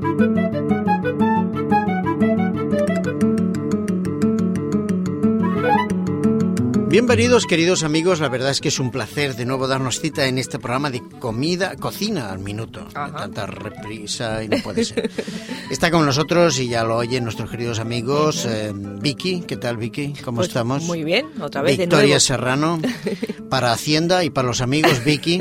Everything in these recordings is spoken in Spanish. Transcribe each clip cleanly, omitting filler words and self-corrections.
Bienvenidos, queridos amigos, la verdad es que es un placer de nuevo darnos cita en este programa de cocina al minuto. Tanta reprisa y no puede ser. Está con nosotros, y ya lo oyen nuestros queridos amigos, Vicky. ¿Qué tal, Vicky? ¿Cómo estamos? Muy bien, otra vez Victoria de nuevo. Serrano, para Hacienda y para los amigos, Vicky.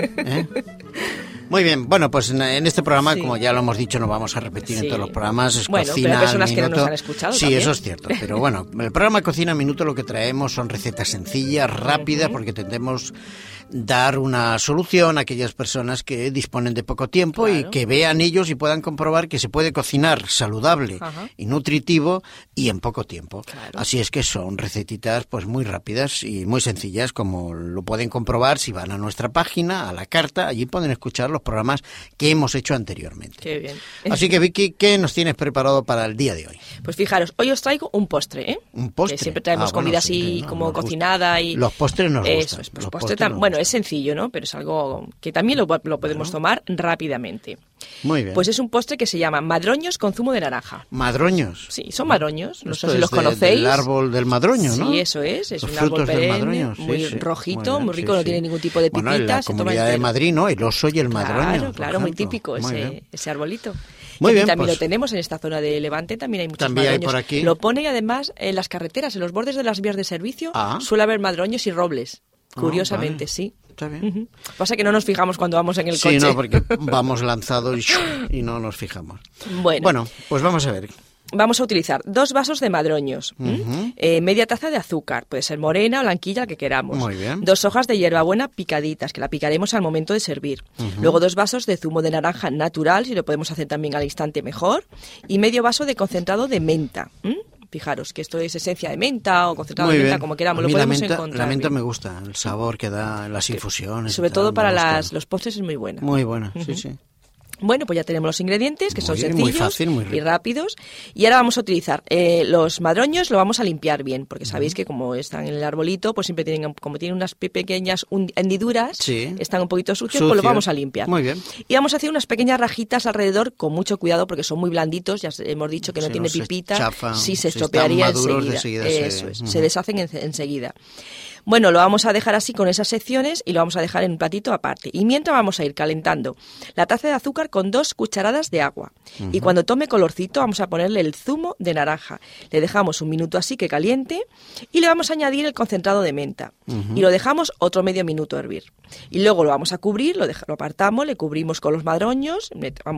Muy bien, bueno, pues en este programa, como ya lo hemos dicho, no vamos a repetir en todos los programas, es bueno, cocina pero hay personas al que no minuto. nos han escuchado Sí, también. eso es cierto, pero bueno, el programa Cocina al Minuto lo que traemos son recetas sencillas, rápidas, porque tendemos dar una solución a aquellas personas que disponen de poco tiempo y que vean ellos y puedan comprobar que se puede cocinar saludable y nutritivo y en poco tiempo. Así es que son recetitas pues muy rápidas y muy sencillas, como lo pueden comprobar si van a nuestra página, a la carta, allí pueden escuchar los programas que hemos hecho anteriormente. Qué bien. Así que, Vicky, ¿qué nos tienes preparado para el día de hoy? Pues fijaros, hoy os traigo un postre, ¿eh? Un postre. Que siempre traemos comida así como cocinada y los postres nos gustan. Eso es, pues bueno, es sencillo, ¿no? Pero es algo que también lo podemos tomar rápidamente. Muy bien. Pues es un postre que se llama madroños con zumo de naranja. ¿Madroños? Sí, son madroños, no sé Esto si los es conocéis. Del árbol del madroño, ¿no? Sí, eso es Los un árbol frutos del perenne, madroño, sí, muy sí. rojito, Muy muy bien, rico, sí, no sí. tiene ningún tipo de pipita. Bueno, en la se toma Comunidad de entero. Madrid, ¿no? El oso y el madroño. Claro, muy ejemplo. típico Muy ese arbolito. Muy y bien, también pues, lo tenemos en esta zona de Levante, también hay muchos también hay madroños. por aquí. Lo pone además en las carreteras, en los bordes de las vías de servicio, suele haber madroños y robles. Curiosamente, vale. sí. Está bien. Pasa que no nos fijamos cuando vamos en el coche. Sí, no, porque vamos lanzados y no nos fijamos. Bueno, pues vamos a ver. Vamos a utilizar 2 vasos de madroños, media taza de azúcar, puede ser morena o blanquilla, la que queramos. Muy bien. 2 hojas de hierbabuena picaditas, que la picaremos al momento de servir. Luego 2 vasos de zumo de naranja natural, si lo podemos hacer también al instante mejor. Y medio vaso de concentrado de menta. Fijaros que esto es esencia de menta o concentrado Muy de menta, bien. como queramos, A lo mí podemos la encontrar. menta bien. me gusta, el sabor que da las infusiones. Sobre todo para los postres es muy buena. Muy buena, sí. Bueno, pues ya tenemos los ingredientes, que son bien, sencillos muy fácil, muy rico. y rápidos. Y ahora vamos a utilizar los madroños, lo vamos a limpiar bien, porque sabéis que como están en el arbolito, pues siempre tienen unas pequeñas hendiduras, están un poquito sucios, pues lo vamos a limpiar. Muy bien. Y vamos a hacer unas pequeñas rajitas alrededor, con mucho cuidado, porque son muy blanditos, ya hemos dicho que no tiene pipitas, se estropearía enseguida. Eso es, se deshacen enseguida. Bueno, lo vamos a dejar así con esas secciones y lo vamos a dejar en un platito aparte. Y mientras vamos a ir calentando la taza de azúcar con 2 cucharadas de agua. Y cuando tome colorcito vamos a ponerle el zumo de naranja. Le dejamos un minuto así que caliente y le vamos a añadir el concentrado de menta. Y lo dejamos otro medio minuto a hervir. Y luego lo vamos a cubrir, lo apartamos, le cubrimos con los madroños,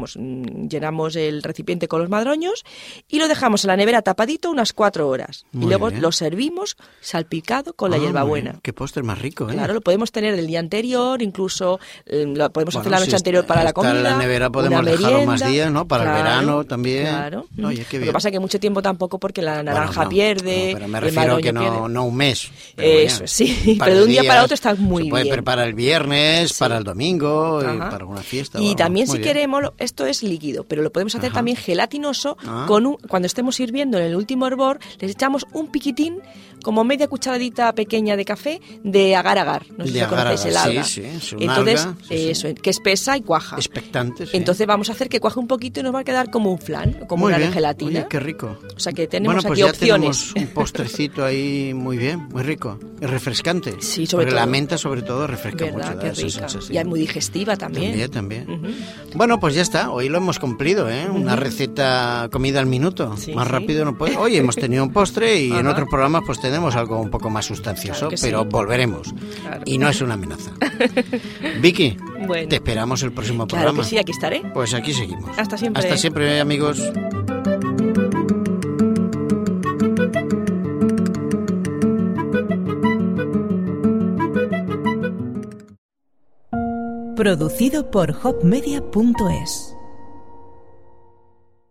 llenamos el recipiente con los madroños y lo dejamos en la nevera tapadito unas 4 horas. Muy y luego bien. lo servimos salpicado con la hierbabuena. Qué postre más rico, ¿eh? Claro, lo podemos tener del día anterior, incluso lo podemos hacer la noche anterior para la comida. En la nevera podemos dejarlo más días, ¿no? Para el verano también. Claro. Oye, qué bien. Lo que pasa es que mucho tiempo tampoco, porque la naranja pierde. No, pero me el refiero que madroño no un mes. Eso, sí. Pero de un día para otro está muy bien. Se puede preparar el viernes, para el domingo, para una fiesta. Y también si muy bien. queremos, esto es líquido, pero lo podemos hacer también gelatinoso cuando estemos hirviendo en el último hervor, les echamos un piquitín, como media cucharadita pequeña de café, de agar-agar. No sé si lo conocéis, el alga. Sí, es una Entonces, alga, eso, que espesa y cuaja. Expectante, sí. Entonces vamos a hacer que cuaje un poquito y nos va a quedar como un flan, como muy una bien. gelatina. Oye, qué rico. O sea que tenemos pues aquí ya opciones. Tenemos un postrecito ahí muy bien, muy rico. Es refrescante. Sí, sobre porque todo. la menta sobre todo refresca ¿Verdad? mucho. Qué rica. Y es muy digestiva también. También. Bueno, pues ya está. Hoy lo hemos cumplido, ¿eh? Una receta comida al minuto. Más rápido no puede. Hoy hemos tenido un postre y en otros programas pues tenemos algo un poco más sustancioso, claro pero volveremos. Claro. Y no es una amenaza. Vicky, bueno, te esperamos el próximo claro programa. Que sí, aquí estaré. Pues aquí seguimos. Hasta siempre. Hasta siempre, amigos. Producido por hopmedia.es